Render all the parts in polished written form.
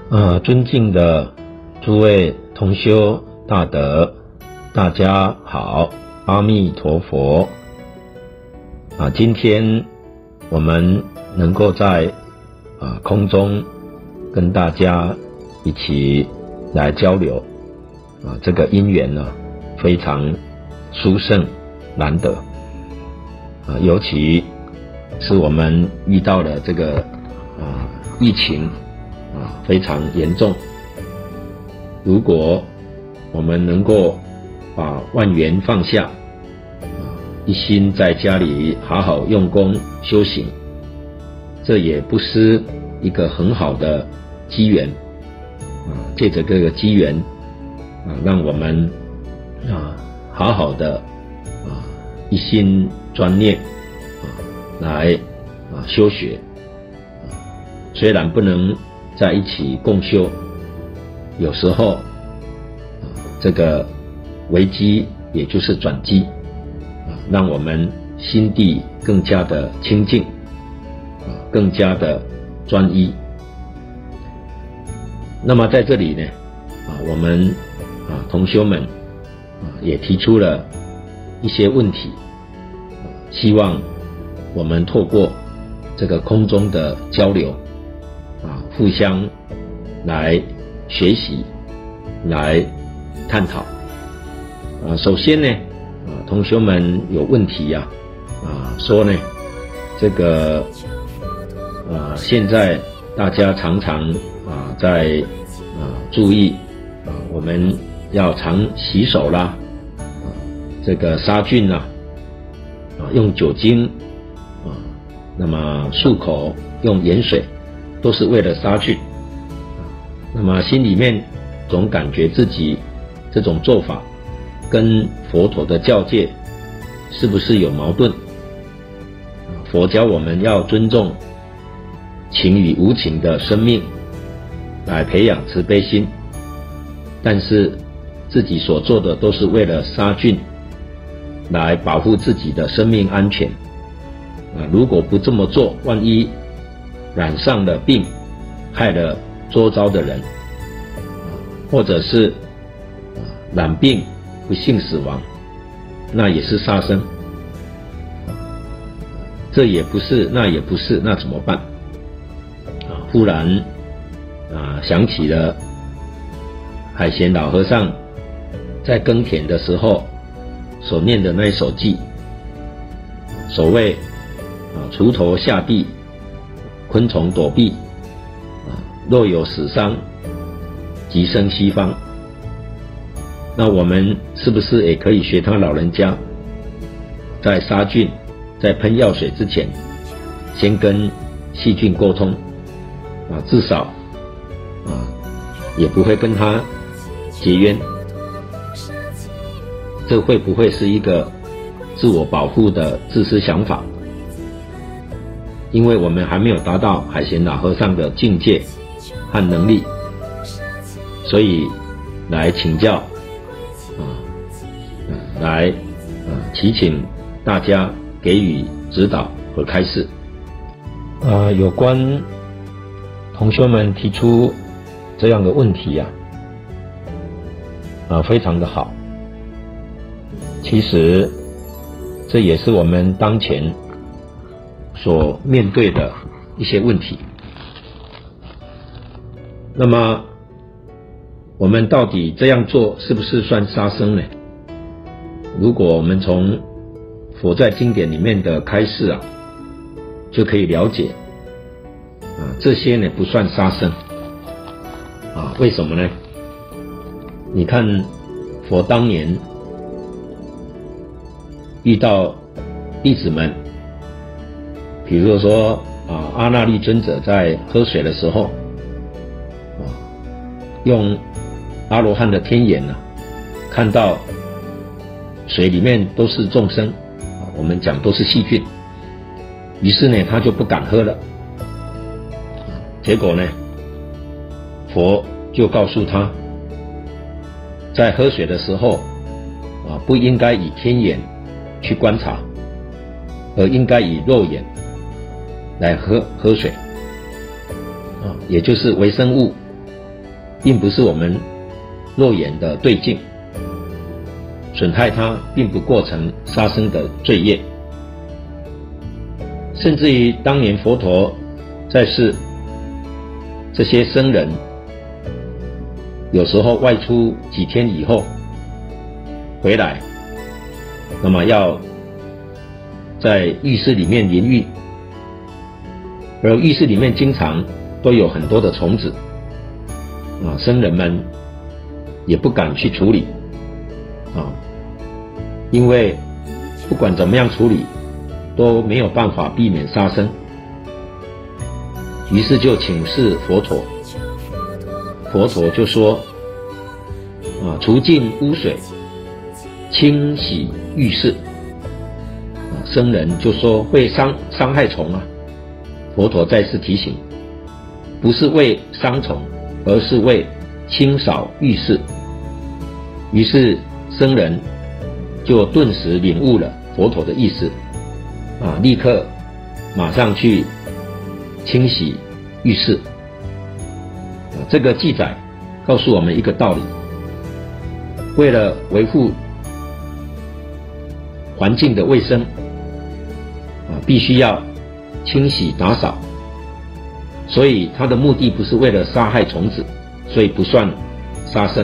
尊敬的诸位同修大德，大家好，阿弥陀佛。今天我们能够在空中跟大家一起来交流，这个因缘呢非常殊胜难得，尤其是我们遇到了这个疫情非常严重。如果我们能够把万缘放下，一心在家里好好用功修行，这也不失一个很好的机缘。借着这个机缘让我们好好的一心专念来修学。虽然不能在一起共修，有时候这个危机也就是转机，让我们心地更加的清净，更加的专一。那么在这里呢，我们同修们也提出了一些问题，希望我们透过这个空中的交流，互相来学习，来探讨。首先呢，同学们有问题说呢，这个现在大家常常在注意我们要常洗手啦，这个杀菌啦，用酒精那么漱口用盐水，都是为了杀菌。那么心里面总感觉自己这种做法跟佛陀的教戒是不是有矛盾？佛教我们要尊重情与无情的生命，来培养慈悲心，但是自己所做的都是为了杀菌，来保护自己的生命安全。如果不这么做，万一染上了病，害了周遭的人，或者是染病不幸死亡，那也是杀生。这也不是，那也不是，那怎么办？忽然想起了海贤老和尚在耕田的时候所念的那一首偈，所谓锄头下地，昆虫躲避，若有死伤，即生西方。那我们是不是也可以学他老人家，在杀菌在喷药水之前，先跟细菌沟通，至少也不会跟他结冤。这会不会是一个自我保护的自私想法？因为我们还没有达到海贤老和尚的境界和能力，所以来请教，来祈请大家给予指导和开示。有关同学们提出这样的问题非常的好。其实这也是我们当前所面对的一些问题。那么我们到底这样做是不是算杀生呢？如果我们从佛在经典里面的开示就可以了解这些呢不算杀生为什么呢？你看佛当年遇到弟子们，比如说阿那律尊者在喝水的时候用阿罗汉的天眼看到水里面都是众生，我们讲都是细菌，于是呢他就不敢喝了。结果呢佛就告诉他，在喝水的时候不应该以天眼去观察，而应该以肉眼来喝水也就是微生物并不是我们肉眼的对境，损害它并不构成杀生的罪业。甚至于当年佛陀在世，这些僧人有时候外出几天以后回来，那么要在浴室里面淋浴，而浴室里面经常都有很多的虫子僧人们也不敢去处理因为不管怎么样处理都没有办法避免杀生，于是就请示佛陀。佛陀就说除尽污水，清洗浴室。僧人就说会伤害虫佛陀再次提醒，不是为伤虫，而是为清扫浴室。于是僧人就顿时领悟了佛陀的意思立刻马上去清洗浴室。这个记载告诉我们一个道理，为了维护环境的卫生必须要清洗打扫，所以它的目的不是为了杀害虫子，所以不算杀生。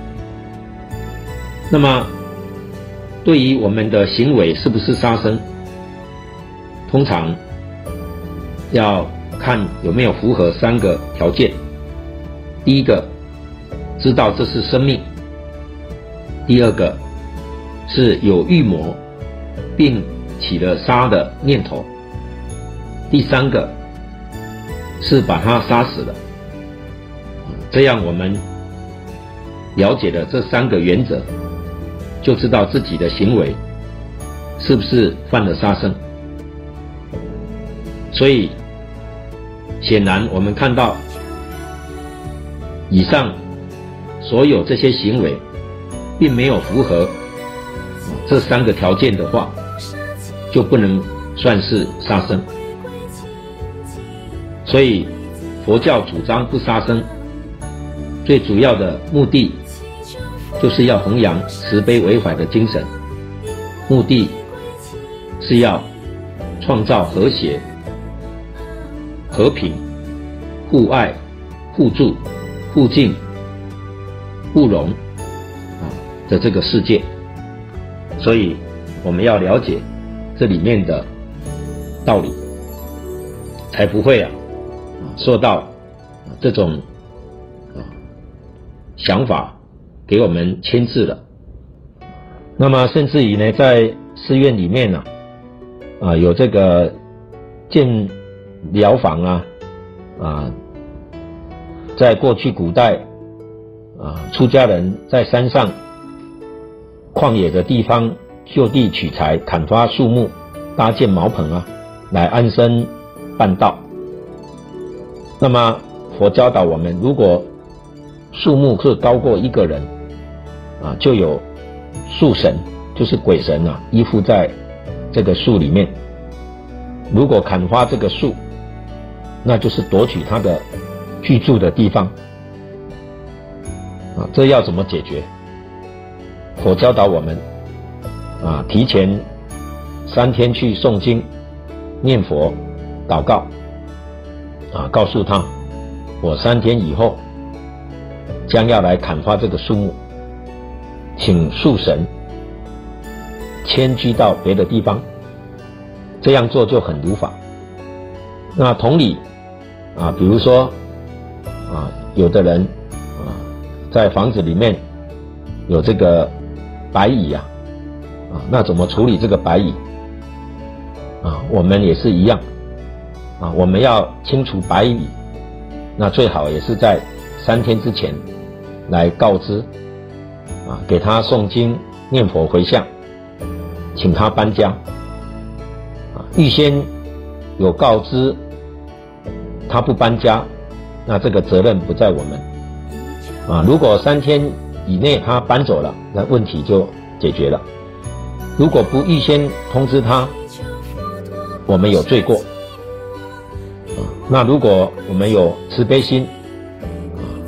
那么对于我们的行为是不是杀生，通常要看有没有符合3个条件。第一个，知道这是生命；第二个，是有预谋并起了杀的念头；第三个，是把它杀死了。这样我们了解了这3个原则，就知道自己的行为是不是犯了杀生。所以显然我们看到以上所有这些行为并没有符合这3个条件的话，就不能算是杀生。所以佛教主张不杀生，最主要的目的就是要弘扬慈悲为怀的精神，目的是要创造和谐、和平、互爱、互助、互敬、互融的这个世界。所以我们要了解这里面的道理，才不会受到这种想法给我们牵制了。那么甚至于呢，在寺院里面有这个建疗房在过去古代出家人在山上旷野的地方就地取材，砍伐树木，搭建茅棚来安身办道。那么佛教导我们，如果树木是高过1个人就有树神，就是鬼神依附在这个树里面。如果砍伐这个树，那就是夺取他的居住的地方这要怎么解决？佛教导我们提前3天去诵经、念佛、祷告告诉他，我3天以后将要来砍伐这个树木，请树神迁居到别的地方。这样做就很如法。那同理比如说有的人在房子里面有这个白蚁那怎么处理这个白蚁我们也是一样我们要清除白蚁，那最好也是在3天之前来告知给他诵经、念佛、回向，请他搬家预先有告知他不搬家，那这个责任不在我们如果3天以内他搬走了，那问题就解决了。如果不预先通知他，我们有罪过那如果我们有慈悲心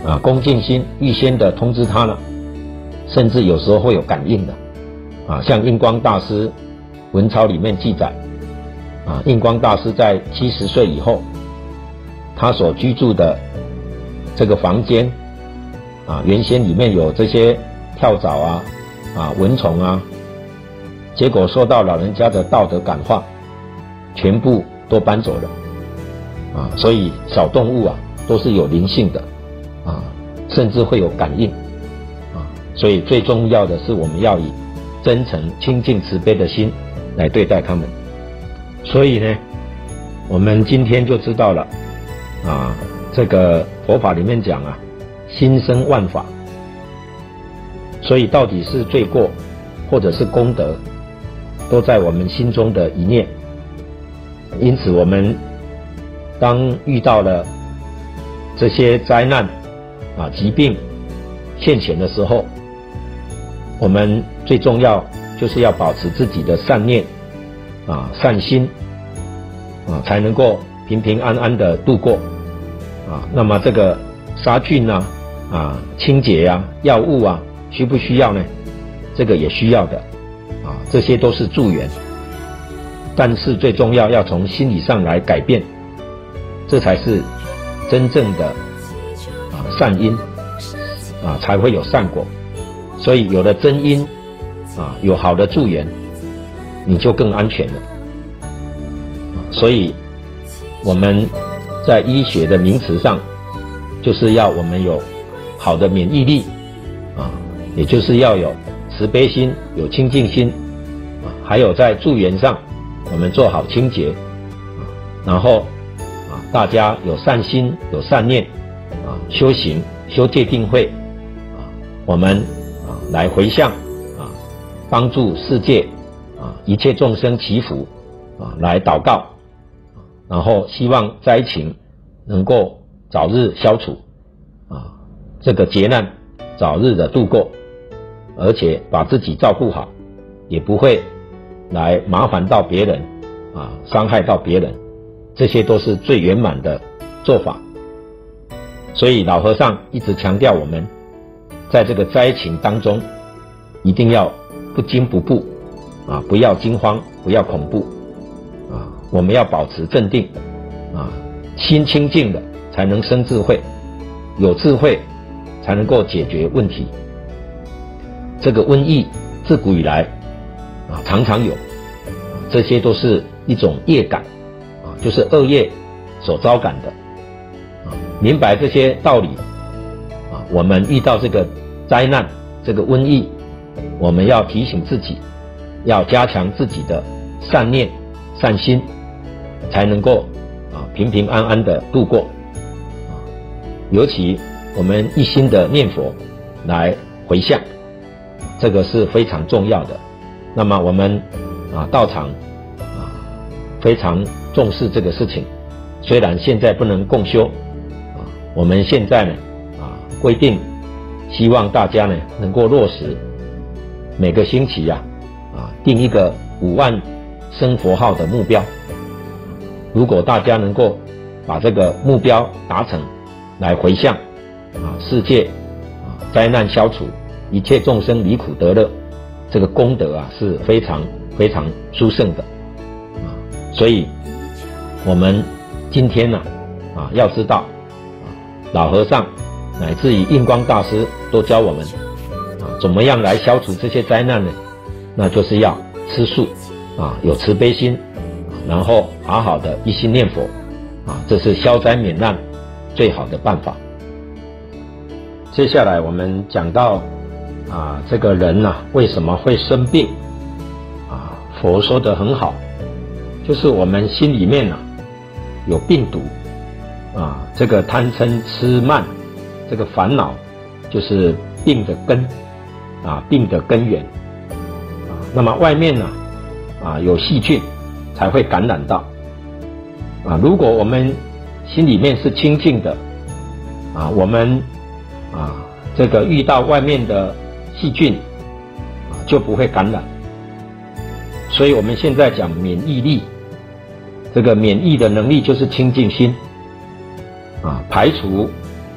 恭敬心预先的通知他了，甚至有时候会有感应的像印光大师文钞里面记载印光大师在70岁以后，他所居住的这个房间原先里面有这些跳蚤蚊虫结果受到老人家的道德感化，全部都搬走了所以小动物都是有灵性的甚至会有感应所以最重要的是我们要以真诚、清净、慈悲的心来对待他们。所以呢，我们今天就知道了这个佛法里面讲心生万法，所以到底是罪过或者是功德，都在我们心中的一念。因此我们当遇到了这些灾难疾病现前的时候，我们最重要就是要保持自己的善念善心才能够平平安安的度过那么这个杀菌清洁药物需不需要呢？这个也需要的这些都是助缘，但是最重要要从心理上来改变，这才是真正的善因才会有善果。所以有了真因有好的助缘，你就更安全了所以我们在医学的名词上，就是要我们有好的免疫力也就是要有慈悲心、有清净心还有在助缘上我们做好清洁然后大家有善心、有善念修行、修戒定慧我们来回向帮助世界一切众生祈福来祷告然后希望灾情能够早日消除这个劫难早日的度过，而且把自己照顾好，也不会来麻烦到别人伤害到别人，这些都是最圆满的做法。所以老和尚一直强调我们在这个灾情当中一定要不惊不怖不要惊慌，不要恐怖我们要保持镇定心清净的才能生智慧，有智慧才能够解决问题。这个瘟疫自古以来常常有这些都是一种业感就是恶业所招感的明白这些道理我们遇到这个灾难、这个瘟疫，我们要提醒自己，要加强自己的善念、善心，才能够平平安安的度过尤其我们一心的念佛来回向，这个是非常重要的。那么我们道场非常重视这个事情，虽然现在不能共修我们现在呢规定，希望大家呢能够落实每个星期定一个5万声佛号的目标。如果大家能够把这个目标达成，来回向世界灾难消除，一切众生离苦得乐，这个功德是非常非常殊胜的所以我们今天要知道老和尚乃至于印光大师都教我们怎么样来消除这些灾难呢？那就是要吃素有慈悲心，然后好好的一心念佛这是消灾免难最好的办法。接下来我们讲到这个人为什么会生病佛说得很好，就是我们心里面有病毒这个贪嗔痴慢，这个烦恼就是病的根病的根源那么外面有细菌才会感染到如果我们心里面是清净的我们这个遇到外面的细菌就不会感染。所以我们现在讲免疫力，这个免疫的能力就是清净心排除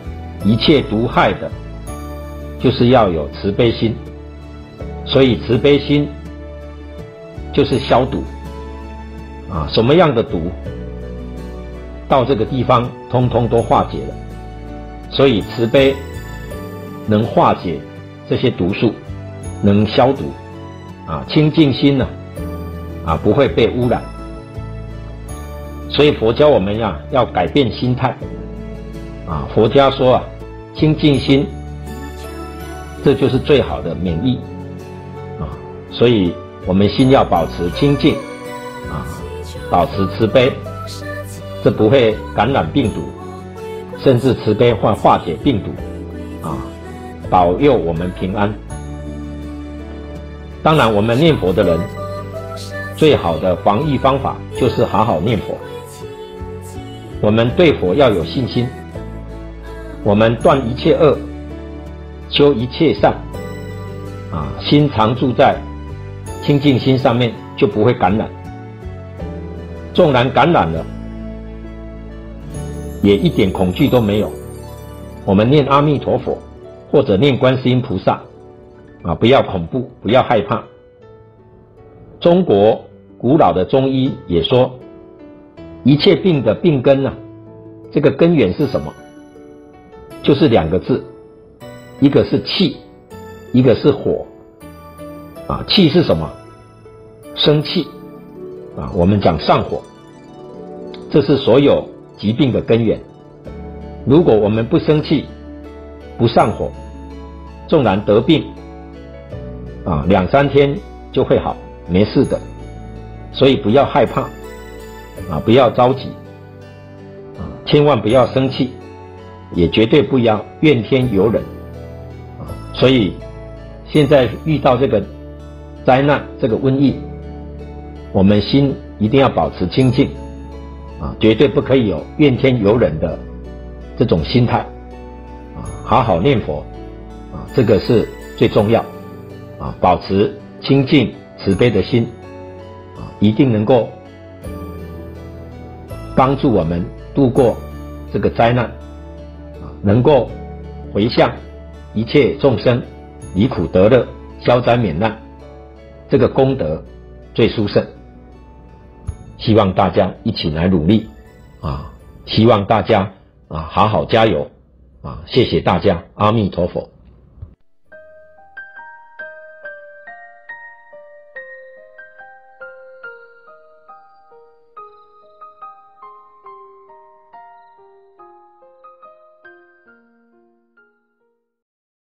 一切毒害的，就是要有慈悲心。所以慈悲心就是消毒啊，什么样的毒到这个地方通通都化解了。所以慈悲能化解这些毒素，能消毒啊，清净心呢不会被污染。所以佛教我们要改变心态啊，佛家说清净心这就是最好的免疫啊，所以我们心要保持清净啊，保持慈悲，这不会感染病毒，甚至慈悲会化解病毒啊，保佑我们平安。当然我们念佛的人最好的防疫方法就是好好念佛。我们对佛要有信心，我们断一切恶，修一切善啊，心常住在清净心上面，就不会感染。纵然感染了，也一点恐惧都没有。我们念阿弥陀佛或者念观世音菩萨啊，不要恐怖，不要害怕。中国古老的中医也说，一切病的病根这个根源是什么？就是2个字，一个是气，一个是火啊。气是什么？生气啊，我们讲上火，这是所有疾病的根源。如果我们不生气，不上火，纵然得病啊，2-3天就会好，没事的。所以不要害怕啊，不要着急啊，千万不要生气，也绝对不要怨天尤人啊。所以现在遇到这个灾难，这个瘟疫，我们心一定要保持清净啊，绝对不可以有怨天尤人的这种心态啊，好好念佛啊，这个是最重要啊，保持清净慈悲的心啊，一定能够帮助我们度过这个灾难啊，能够回向一切众生离苦得乐，消灾免难，这个功德最殊胜。希望大家一起来努力啊！希望大家好好加油啊！谢谢大家，阿弥陀佛。